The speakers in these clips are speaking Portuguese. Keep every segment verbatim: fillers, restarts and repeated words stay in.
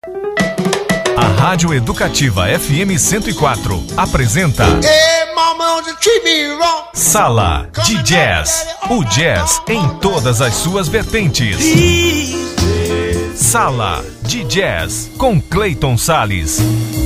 A Rádio Educativa F M cento e quatro apresenta Sala de Jazz. O jazz em todas as suas vertentes. Sala de Jazz com Clayton Salles.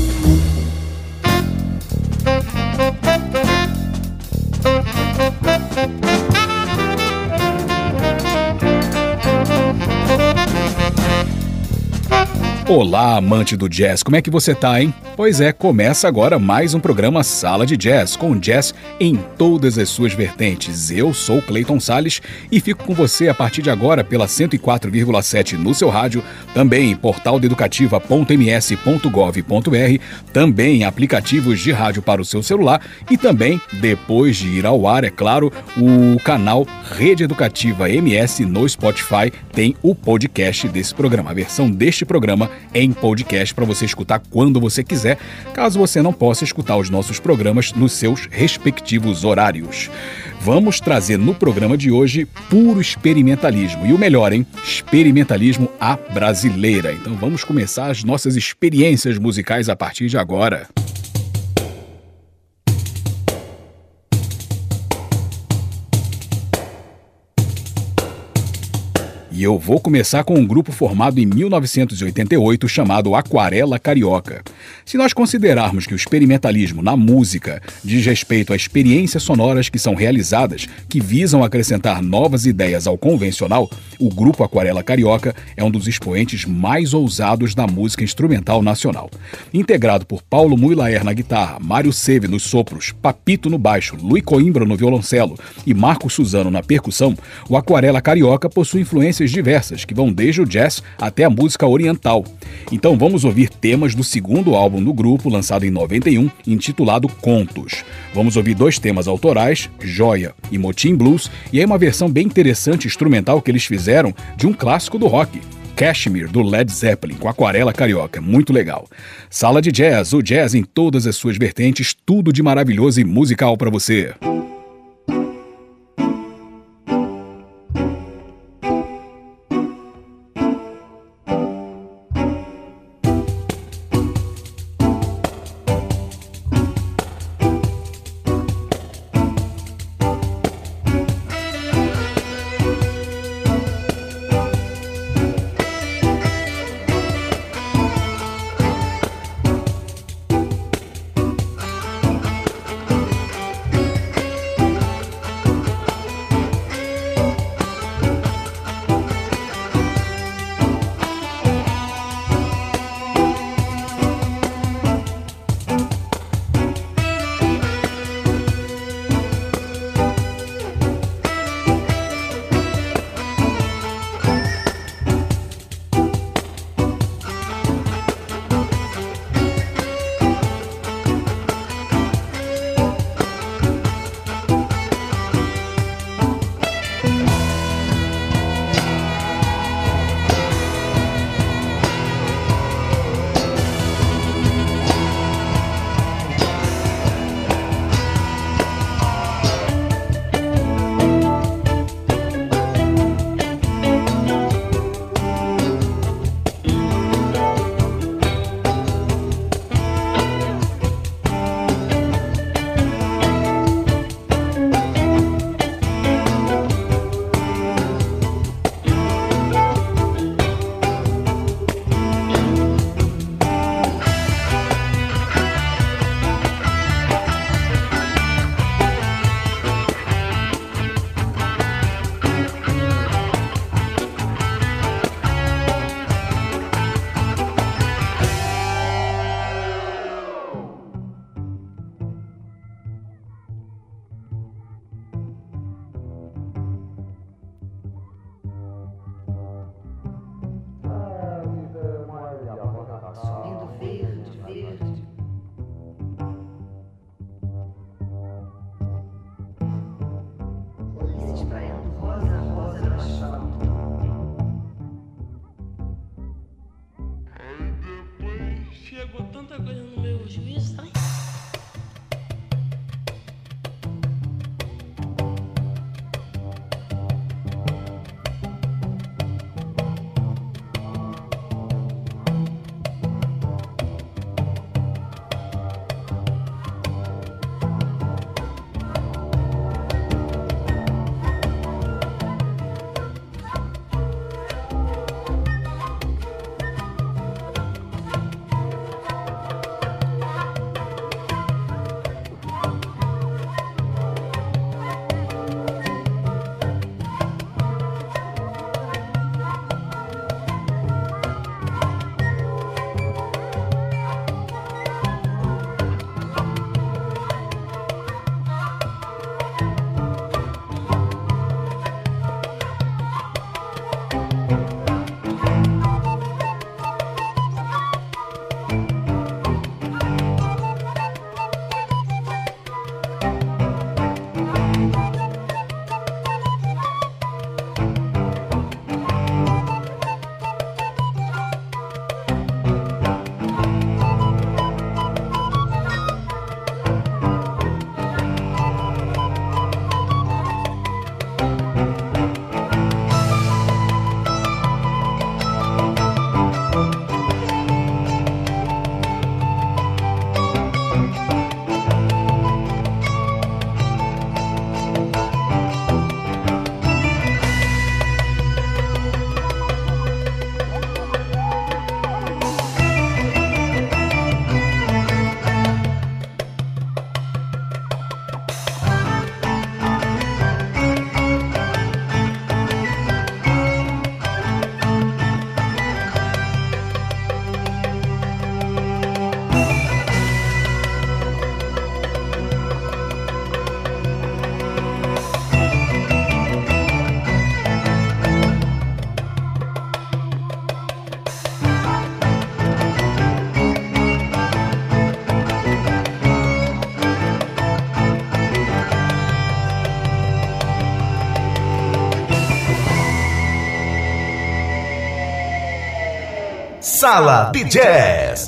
Olá, amante do jazz, como é que você tá, hein? Pois é, começa agora mais um programa Sala de Jazz, com jazz em todas as suas vertentes. Eu sou Clayton Salles e fico com você a partir de agora pela cento e quatro vírgula sete no seu rádio, também em portal educativa ponto m s ponto gov ponto b r, também em aplicativos de rádio para o seu celular e também, depois de ir ao ar, é claro, o canal Rede Educativa M S no Spotify tem o podcast desse programa, a versão deste programa em podcast para você escutar quando você quiser, caso você não possa escutar os nossos programas nos seus respectivos horários. Vamos trazer no programa de hoje puro experimentalismo. E o melhor, hein? Experimentalismo à brasileira. Então vamos começar as nossas experiências musicais a partir de agora. E eu vou começar com um grupo formado em mil novecentos e oitenta e oito chamado Aquarela Carioca. Se nós considerarmos que o experimentalismo na música diz respeito a experiências sonoras que são realizadas, que visam acrescentar novas ideias ao convencional, o grupo Aquarela Carioca é um dos expoentes mais ousados da música instrumental nacional. Integrado por Paulo Muylaer na guitarra, Mário Seve nos sopros, Papito no baixo, Luiz Coimbra no violoncelo e Marco Suzano na percussão, o Aquarela Carioca possui influências diversas, que vão desde o jazz até a música oriental. Então vamos ouvir temas do segundo álbum do grupo, lançado em noventa e um, intitulado Contos. Vamos ouvir dois temas autorais, Joia e Motim Blues, e aí uma versão bem interessante instrumental que eles fizeram de um clássico do rock, Kashmir, do Led Zeppelin, com Aquarela Carioca. Muito legal. Sala de Jazz, o jazz em todas as suas vertentes, tudo de maravilhoso e musical para você. Chegou tanta coisa no meu juízo, sabe? Sala de Jazz.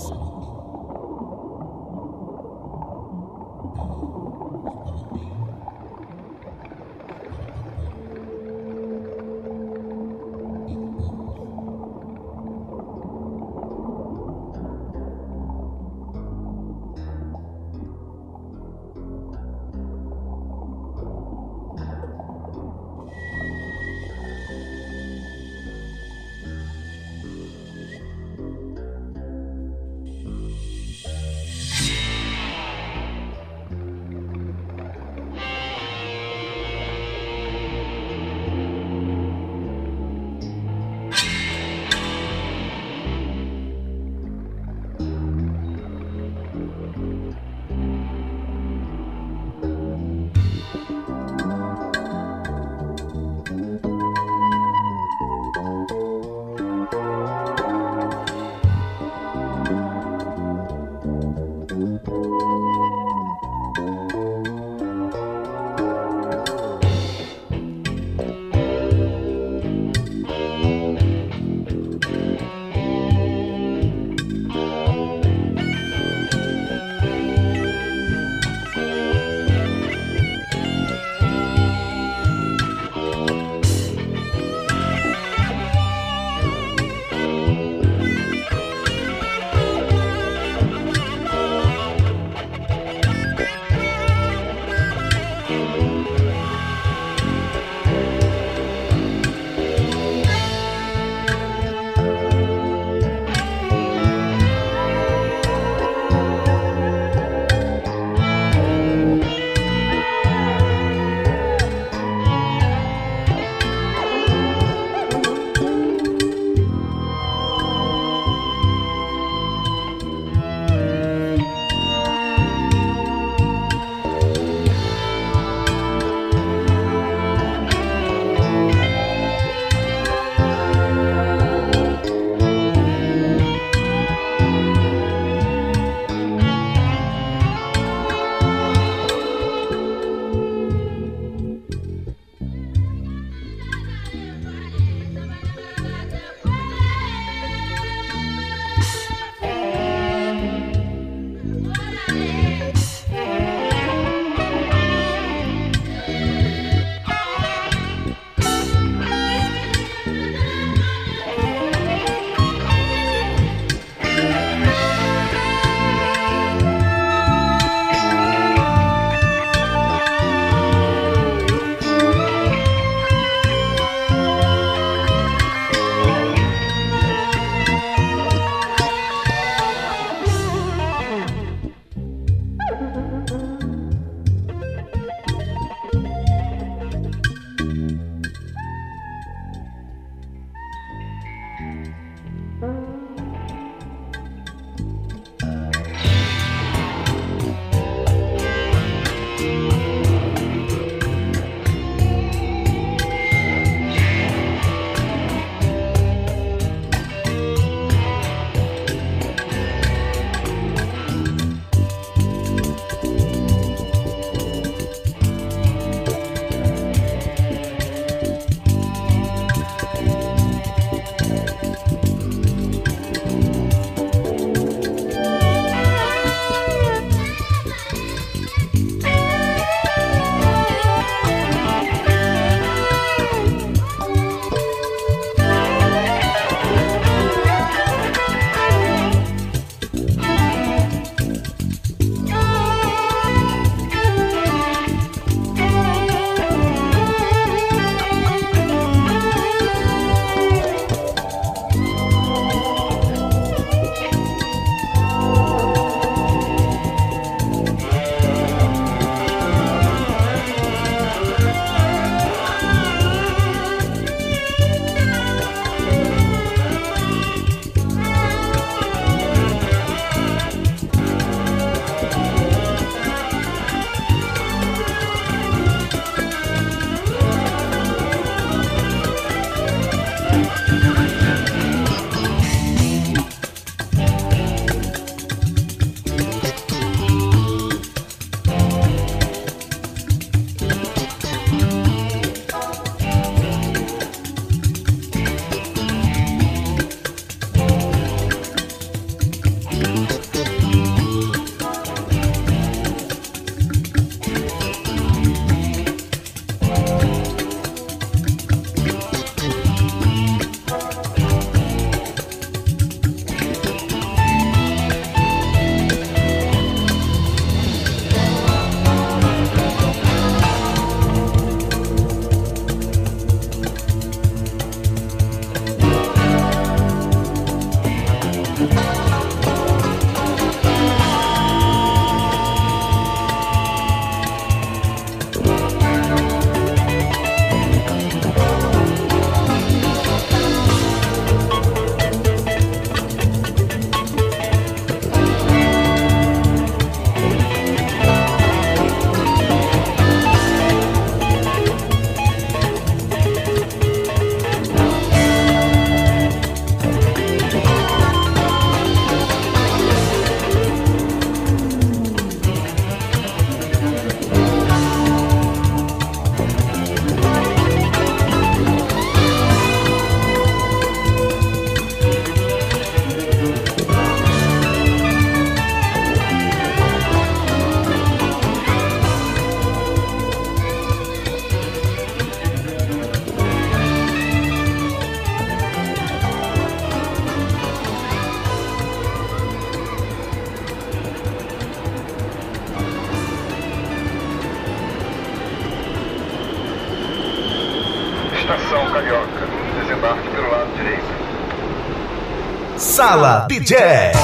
Atenção, Carioca. Desembarque pelo lado direito. Sala de Jazz.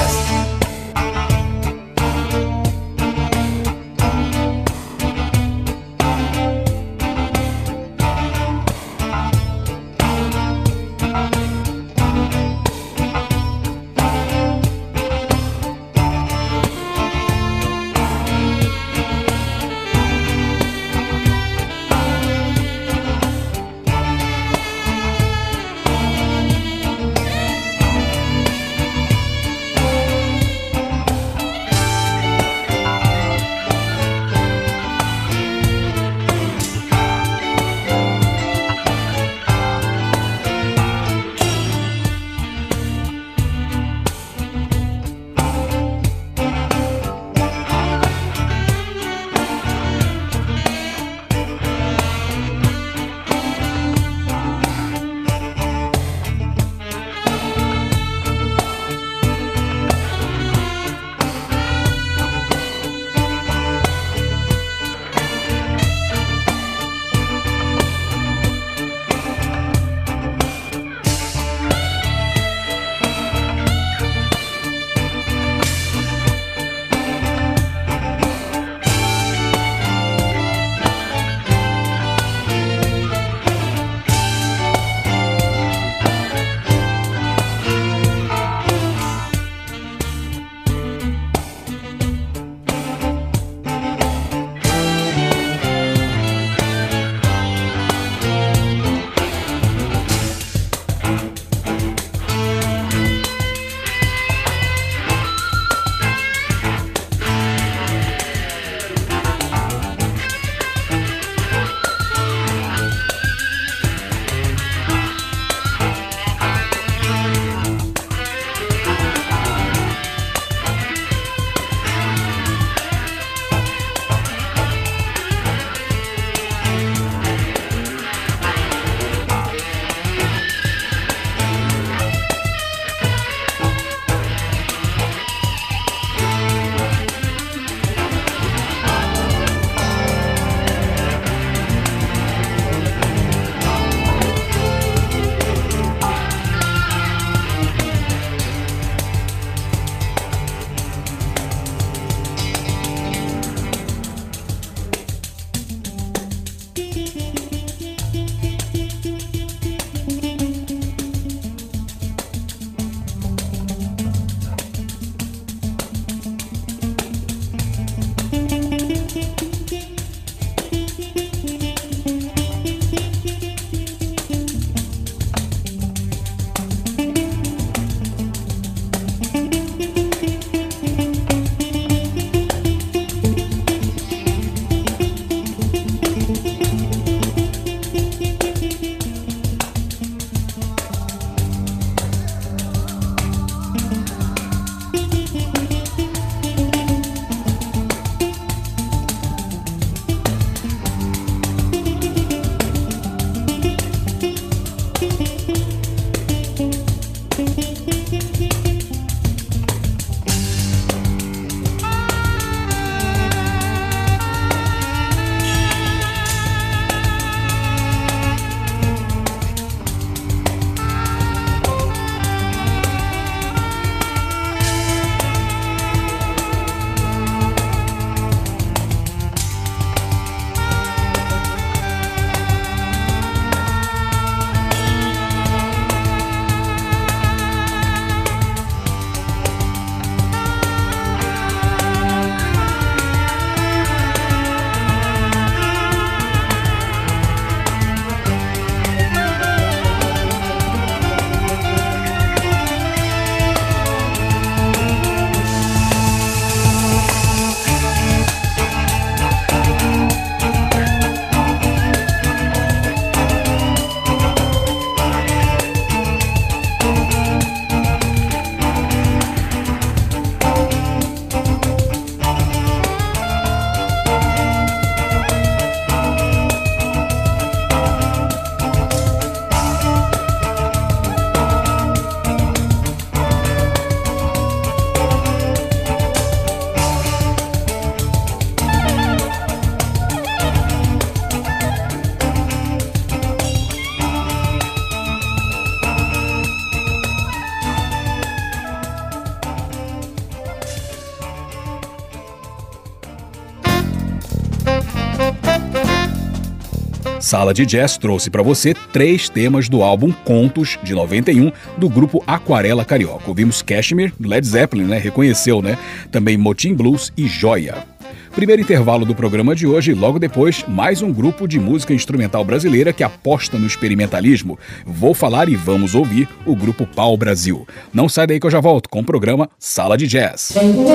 Sala de Jazz trouxe para você três temas do álbum Contos, de noventa e um, do grupo Aquarela Carioca. Ouvimos Kashmir, Led Zeppelin, né? Reconheceu, né? Também Motim Blues e Joia. Primeiro intervalo do programa de hoje, logo depois, mais um grupo de música instrumental brasileira que aposta no experimentalismo. Vou falar e vamos ouvir o grupo Pau Brasil. Não sai daí que eu já volto com o programa Sala de Jazz.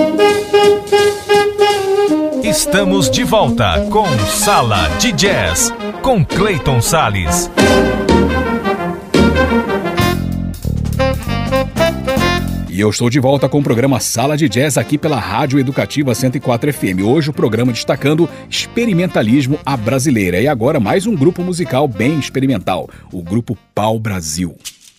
Estamos de volta com Sala de Jazz, com Clayton Salles. E eu estou de volta com o programa Sala de Jazz aqui pela Rádio Educativa cento e quatro F M. Hoje o programa destacando experimentalismo à brasileira. E agora mais um grupo musical bem experimental, o grupo Pau Brasil.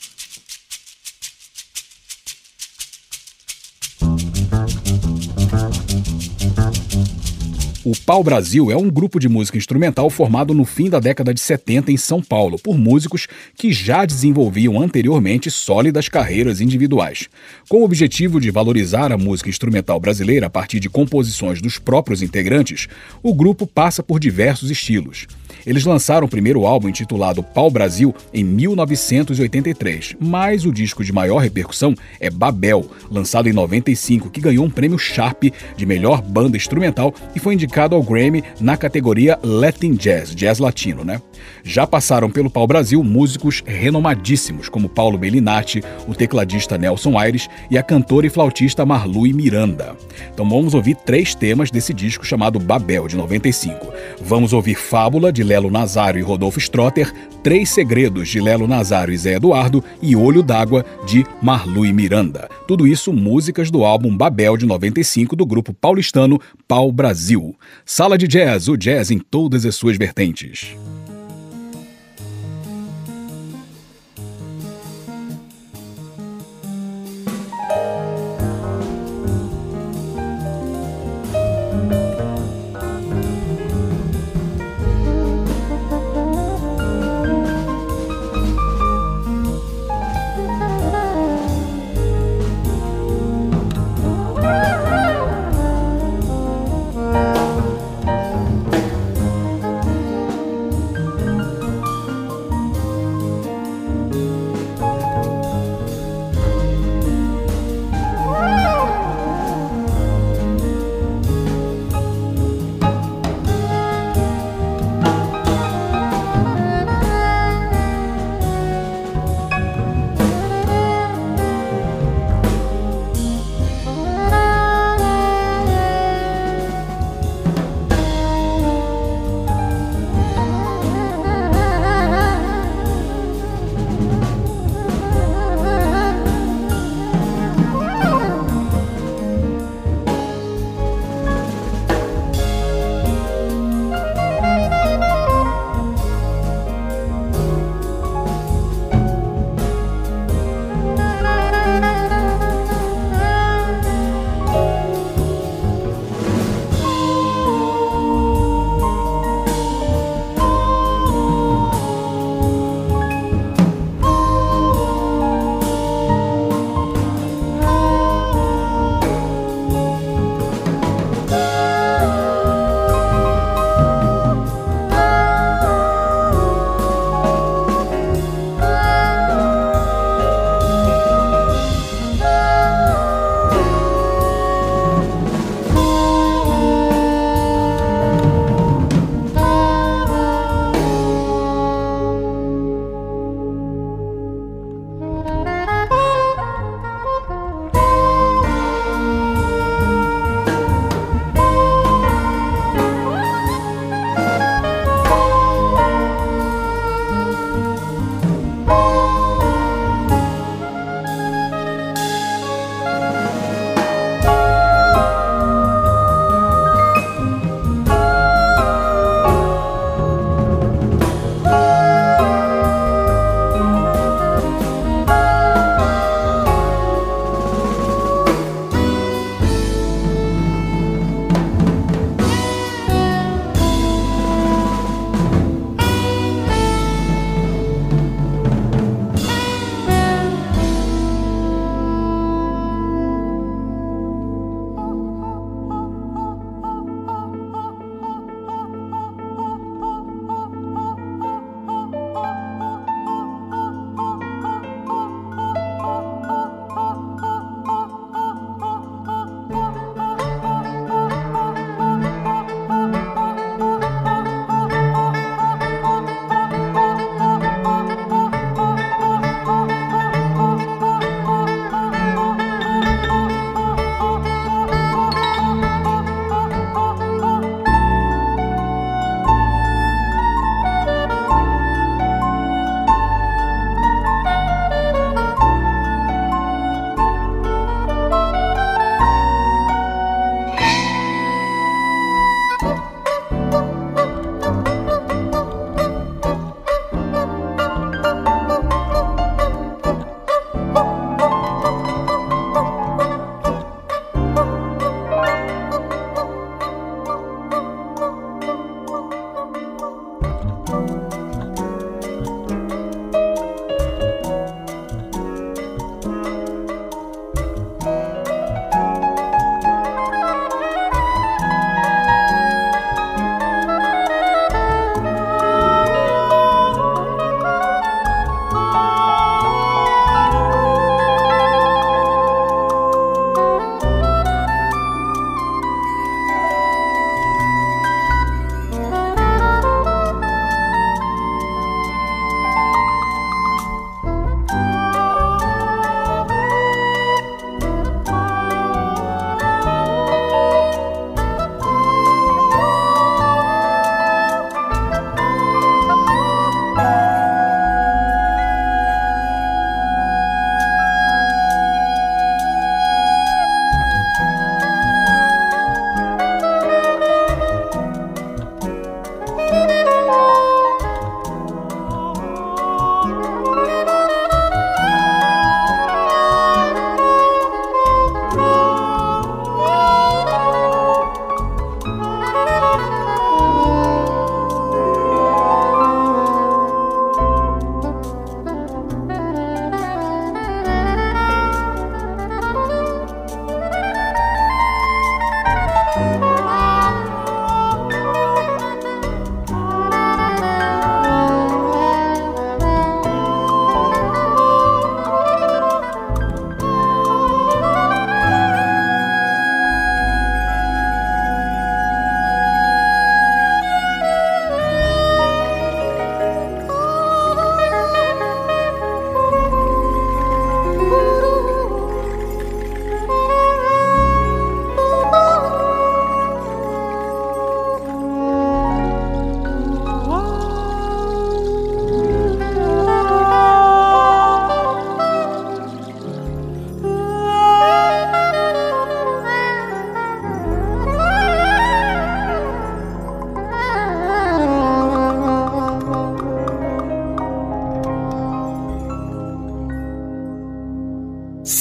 O Pau Brasil é um grupo de música instrumental formado no fim da década de setenta em São Paulo, por músicos que já desenvolviam anteriormente sólidas carreiras individuais. Com o objetivo de valorizar a música instrumental brasileira a partir de composições dos próprios integrantes, o grupo passa por diversos estilos. Eles lançaram o primeiro álbum intitulado Pau Brasil em mil novecentos e oitenta e três, mas o disco de maior repercussão é Babel, lançado em noventa e cinco, que ganhou um prêmio Sharp de melhor banda instrumental e foi indicado ao Grammy na categoria Latin Jazz, Jazz Latino, né? Já passaram pelo Pau Brasil músicos renomadíssimos, como Paulo Bellinati, o tecladista Nelson Aires e a cantora e flautista Marlui Miranda. Então vamos ouvir três temas desse disco chamado Babel, de noventa e cinco. Vamos ouvir Fábula, de Lelo Nazário e Rodolfo Strotter, Três Segredos, de Lelo Nazário e Zé Eduardo, e Olho d'Água, de Marlui Miranda. Tudo isso músicas do álbum Babel, de noventa e cinco, do grupo paulistano Pau Brasil. Sala de Jazz, o jazz em todas as suas vertentes.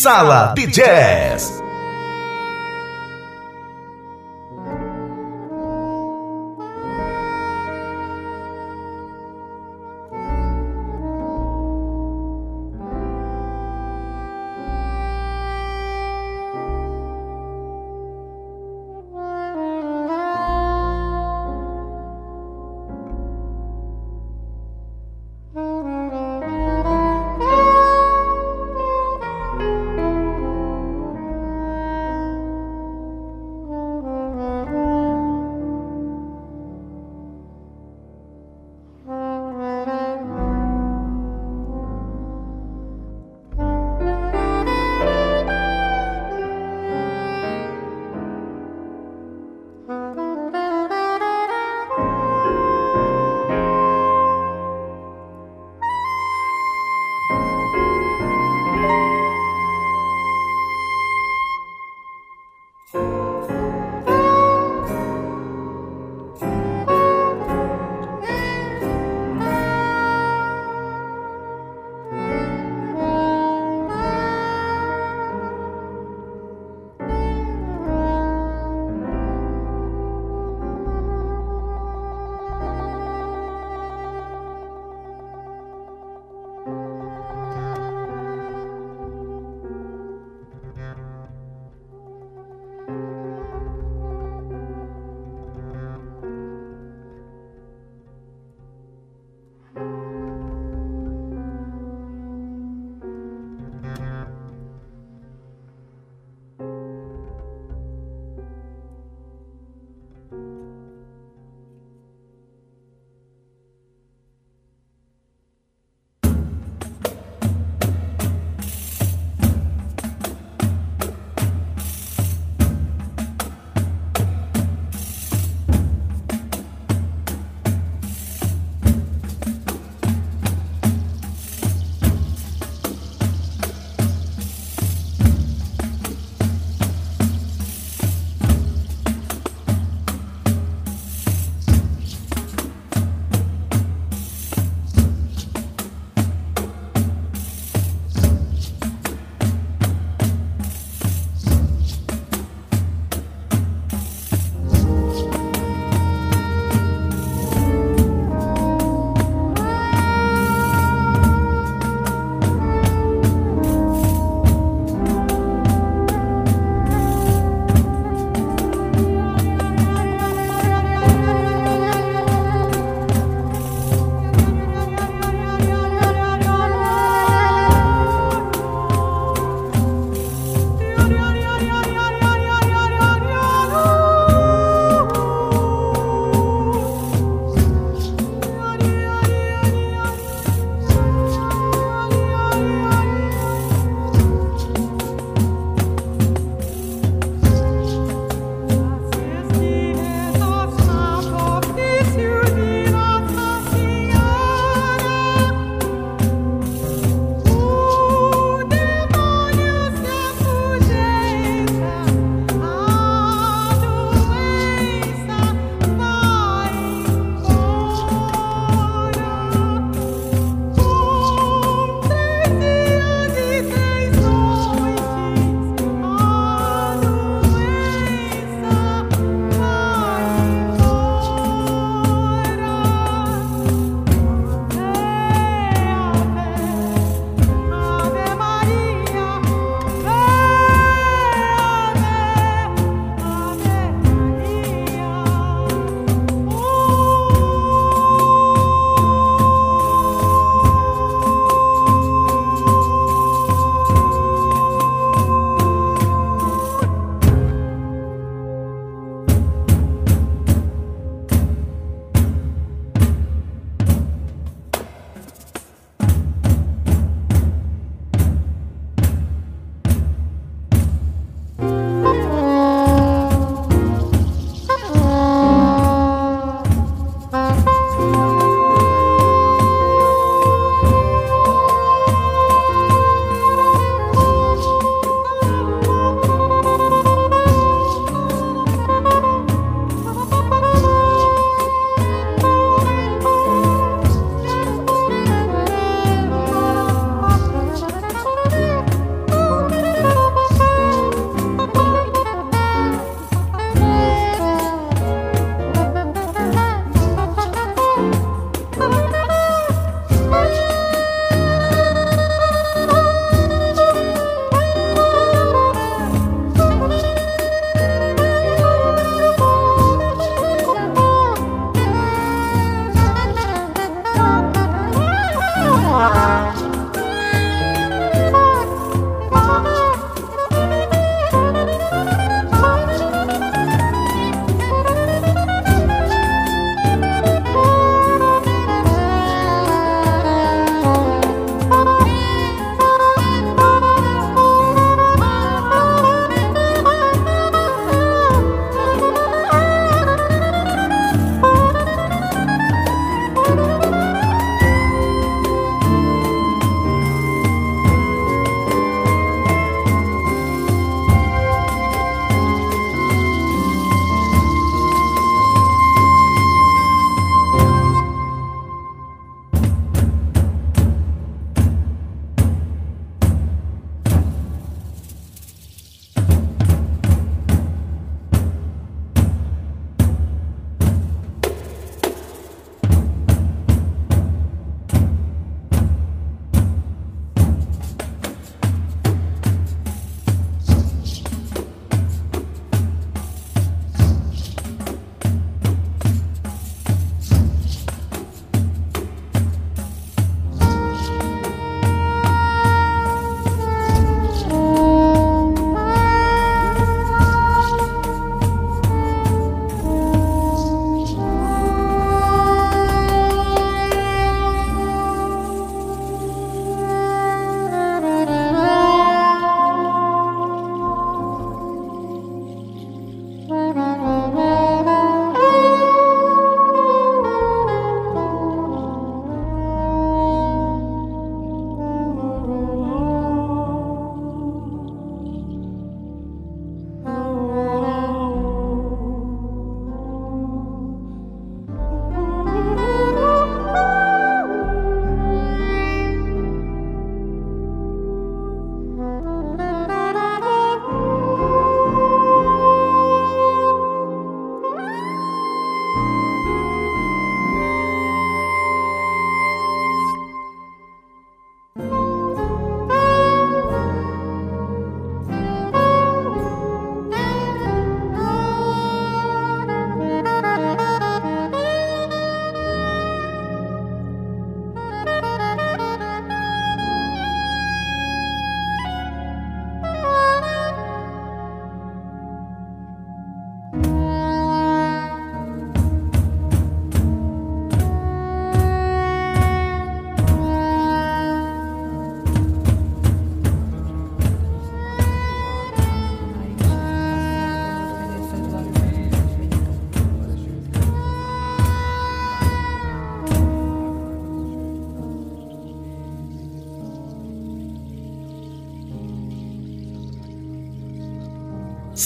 Sala de Jazz.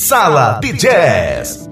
Sala de Jazz.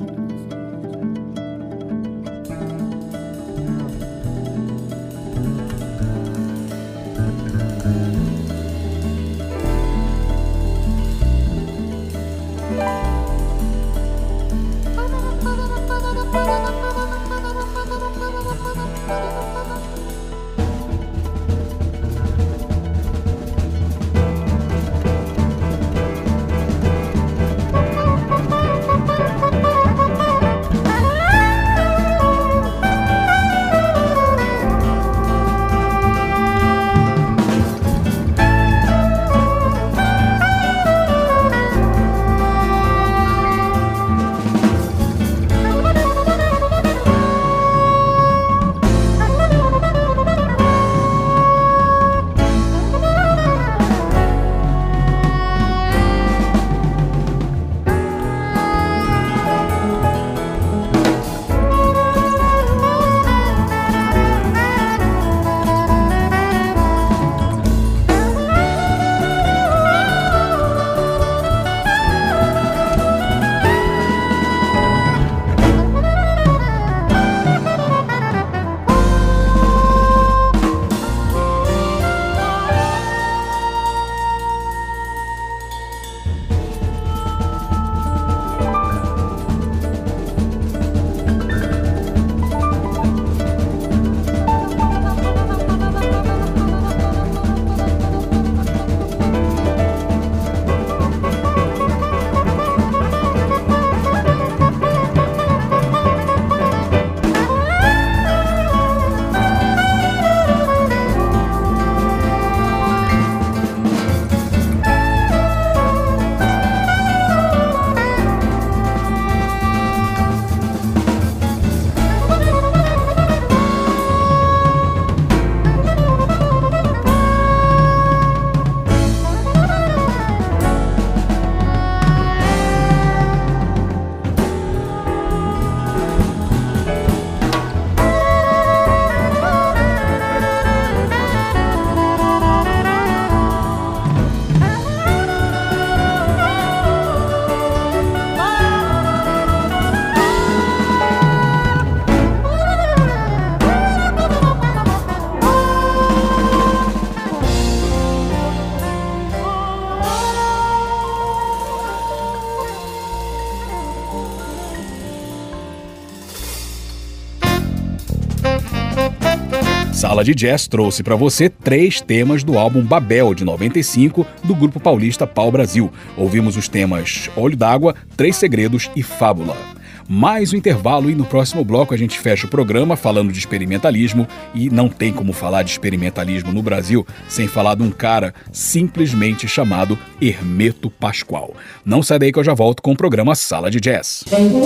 Sala de Jazz trouxe para você três temas do álbum Babel, de noventa e cinco, do grupo paulista Pau Brasil. Ouvimos os temas Olho d'Água, Três Segredos e Fábula. Mais um intervalo e no próximo bloco a gente fecha o programa falando de experimentalismo, e não tem como falar de experimentalismo no Brasil sem falar de um cara simplesmente chamado Hermeto Pascoal. Não sai daí que eu já volto com o programa Sala de Jazz.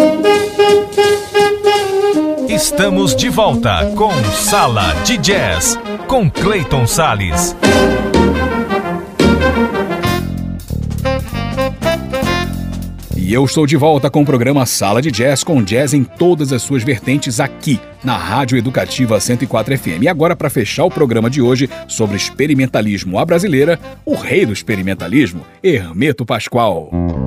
Estamos de volta com Sala de Jazz, com Clayton Salles. E eu estou de volta com o programa Sala de Jazz, com jazz em todas as suas vertentes aqui na Rádio Educativa cento e quatro F M. E agora, para fechar o programa de hoje sobre experimentalismo à brasileira, o rei do experimentalismo, Hermeto Pascoal.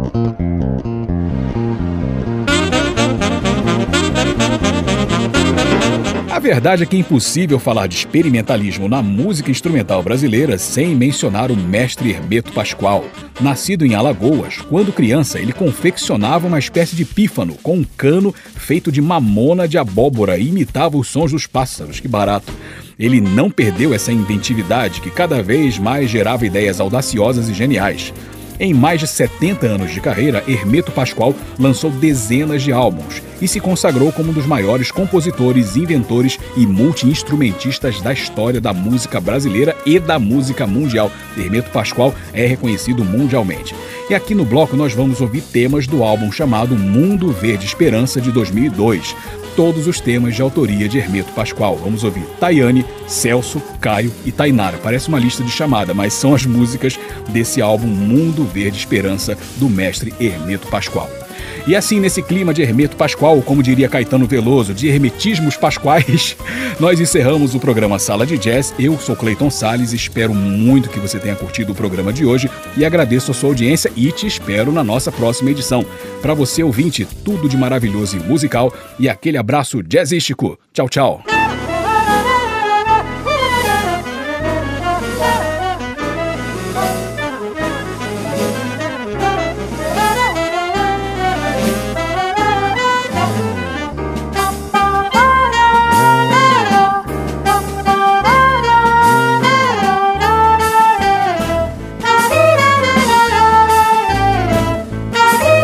A verdade é que é impossível falar de experimentalismo na música instrumental brasileira sem mencionar o mestre Hermeto Pascoal. Nascido em Alagoas, quando criança ele confeccionava uma espécie de pífano com um cano feito de mamona de abóbora e imitava os sons dos pássaros. Que barato! Ele não perdeu essa inventividade que cada vez mais gerava ideias audaciosas e geniais. Em mais de setenta anos de carreira, Hermeto Pascoal lançou dezenas de álbuns e se consagrou como um dos maiores compositores, inventores e multi-instrumentistas da história da música brasileira e da música mundial. Hermeto Pascoal é reconhecido mundialmente. E aqui no bloco nós vamos ouvir temas do álbum chamado Mundo Verde Esperança, de dois mil e dois. Todos os temas de autoria de Hermeto Pascoal. Vamos ouvir Tayane, Celso, Caio e Tainara. Parece uma lista de chamada, mas são as músicas desse álbum Mundo Verde Esperança, do mestre Hermeto Pascoal. E assim, nesse clima de Hermeto Pascoal, como diria Caetano Veloso, de hermetismos pasquais, nós encerramos o programa Sala de Jazz. Eu sou Cleiton Salles, espero muito que você tenha curtido o programa de hoje e agradeço a sua audiência e te espero na nossa próxima edição. Para você, ouvinte, tudo de maravilhoso e musical e aquele abraço jazzístico. Tchau, tchau.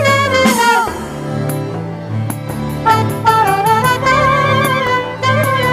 Thank you.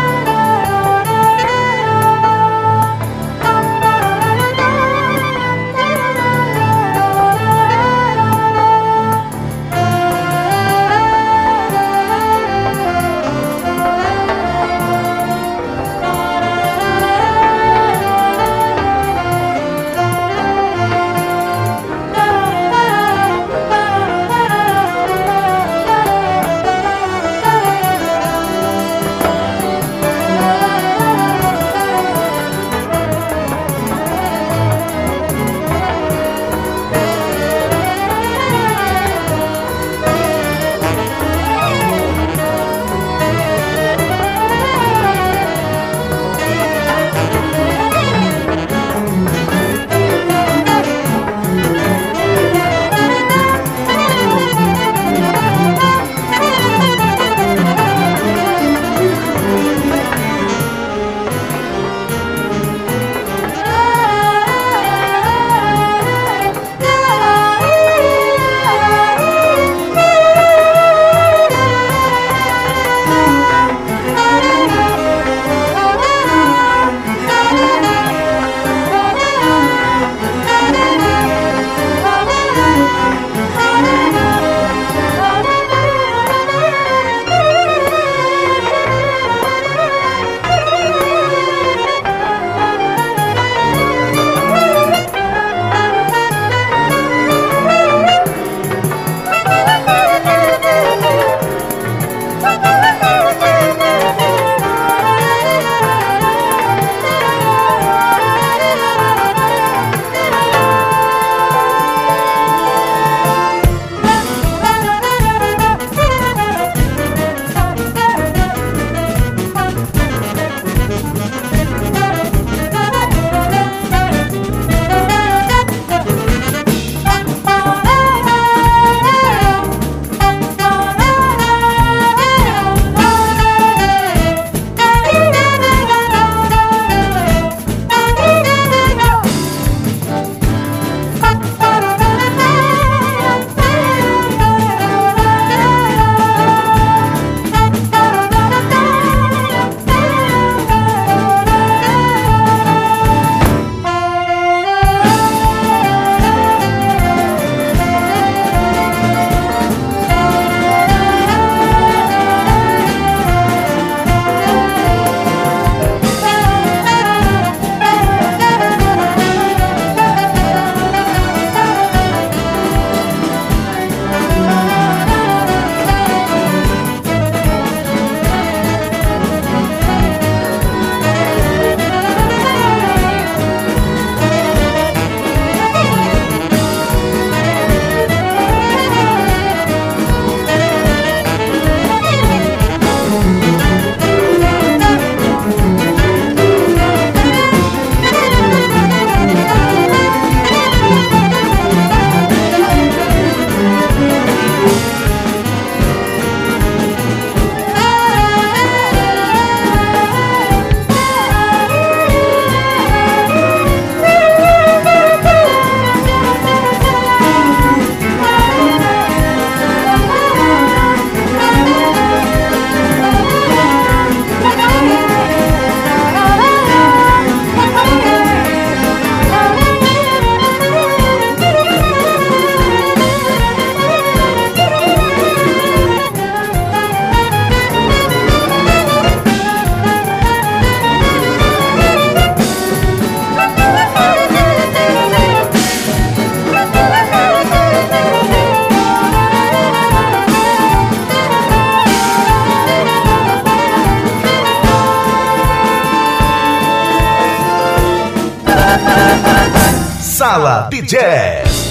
Sala de Jazz.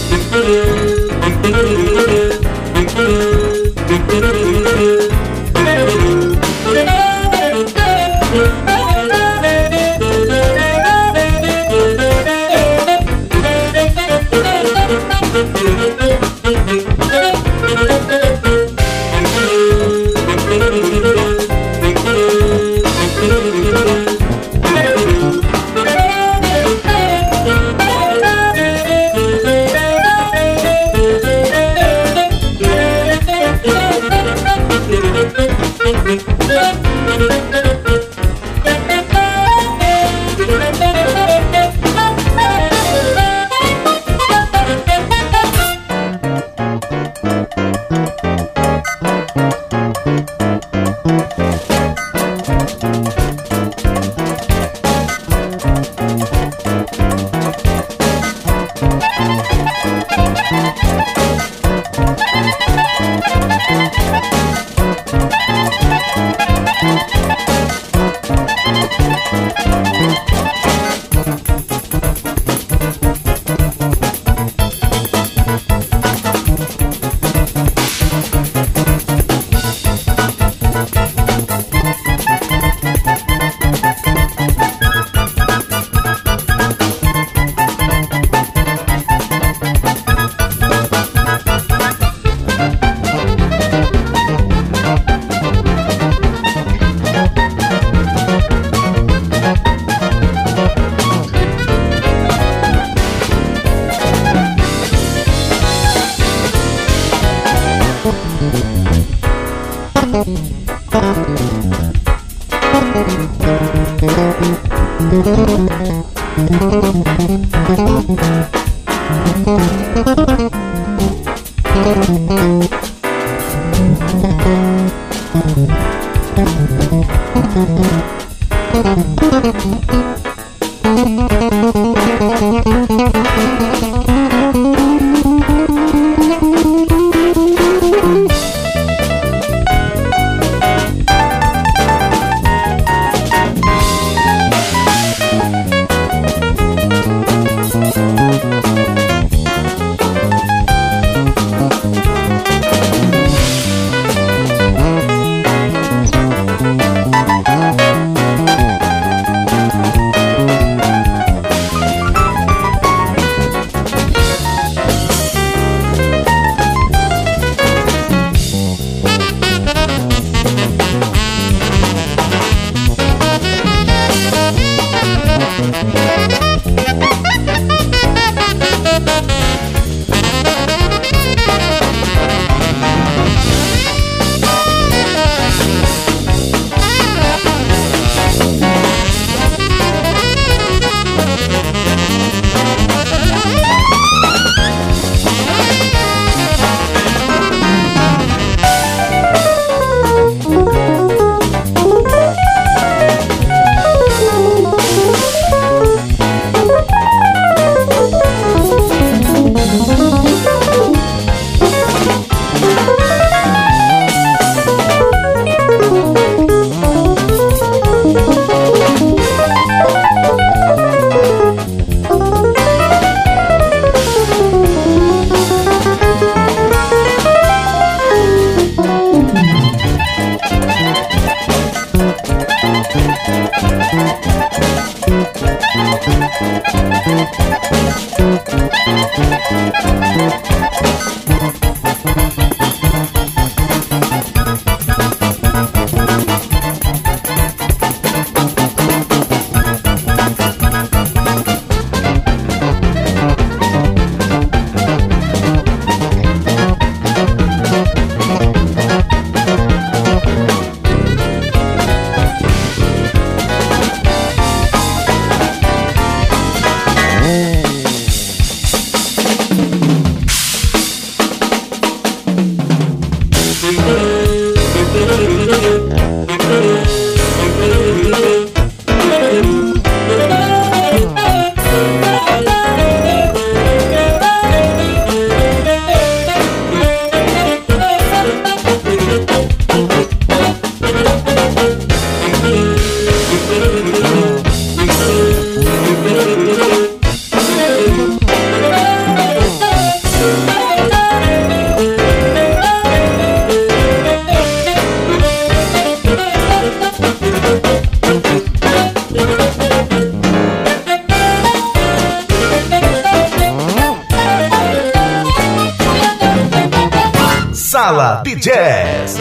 Sala de Jazz.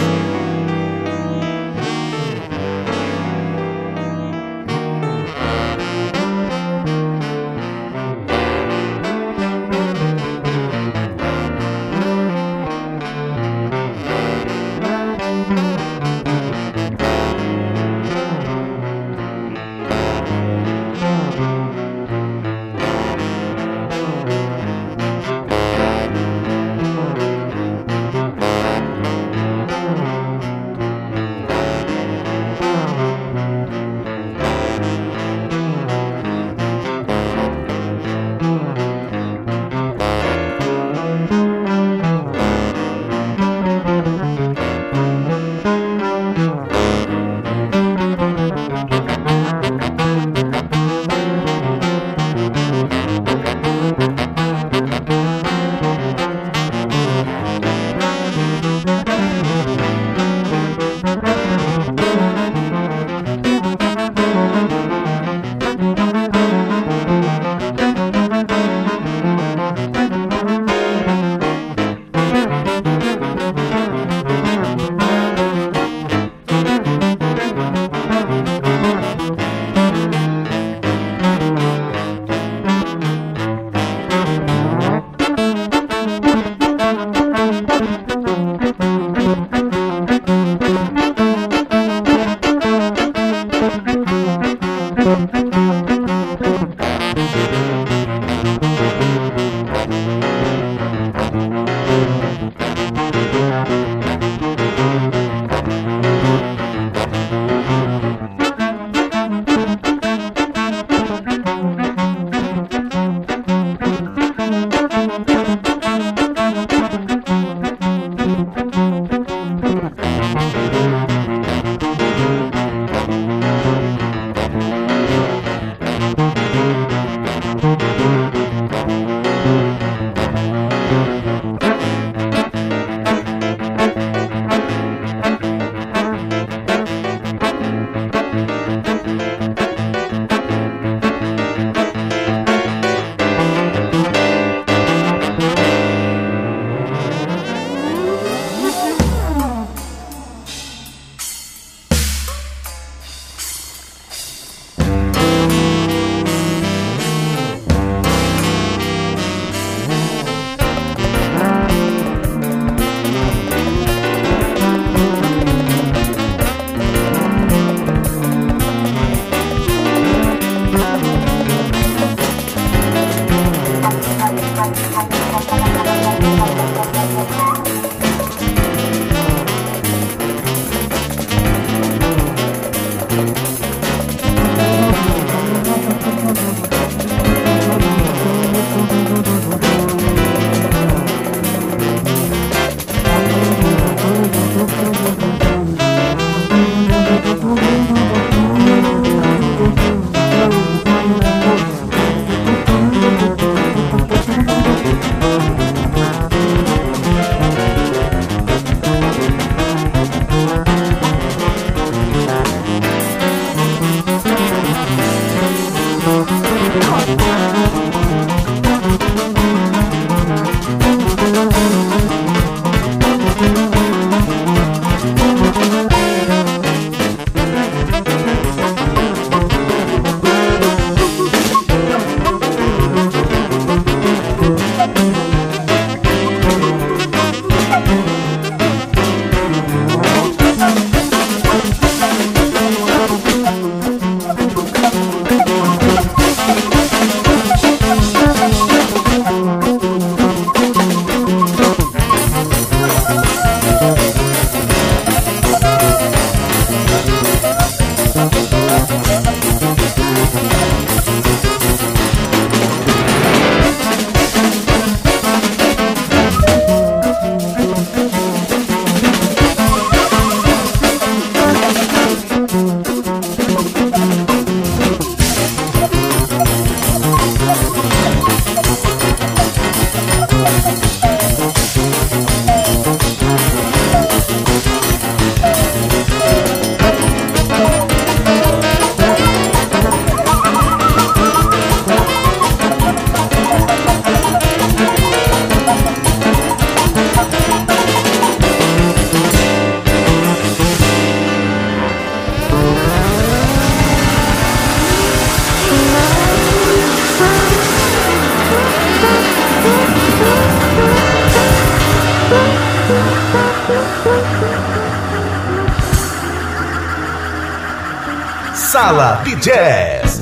Sala de Jazz.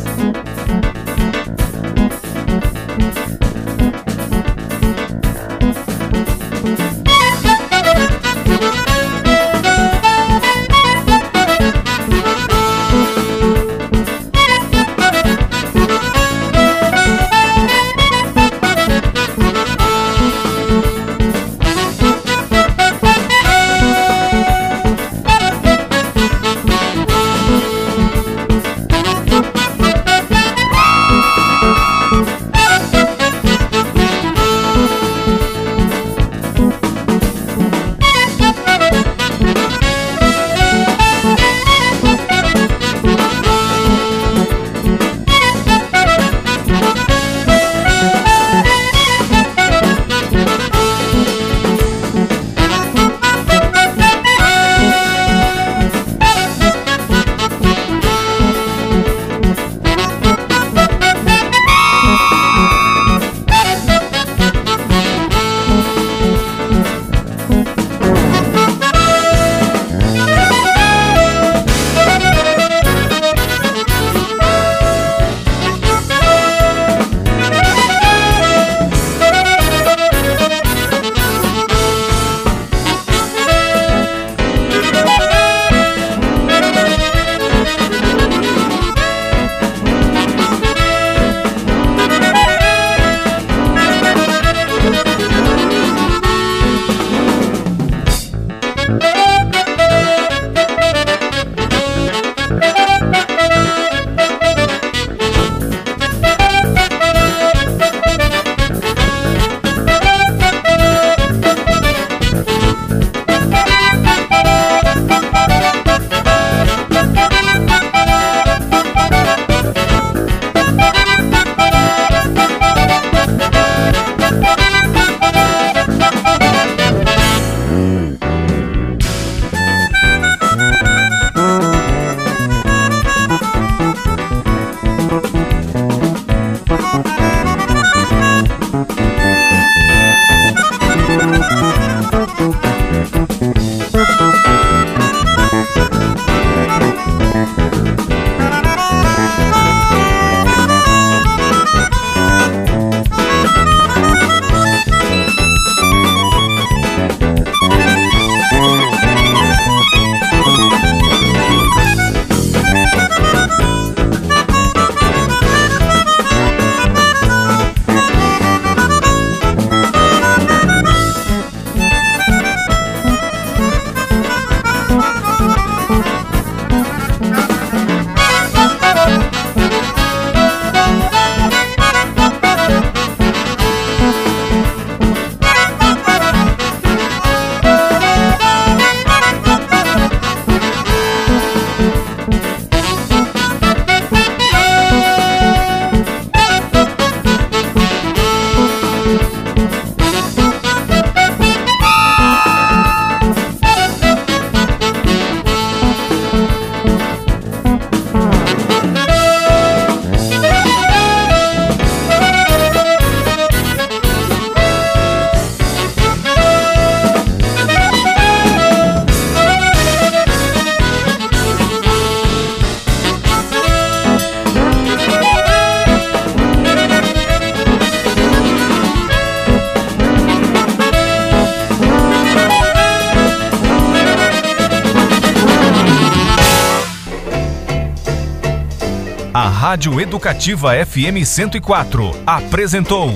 A Rádio Educativa F M cento e quatro apresentou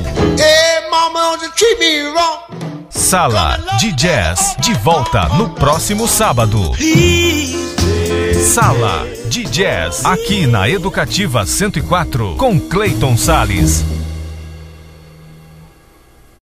Sala de Jazz, de volta no próximo sábado. Sala de Jazz, aqui na Educativa cento e quatro, com Cleiton Salles.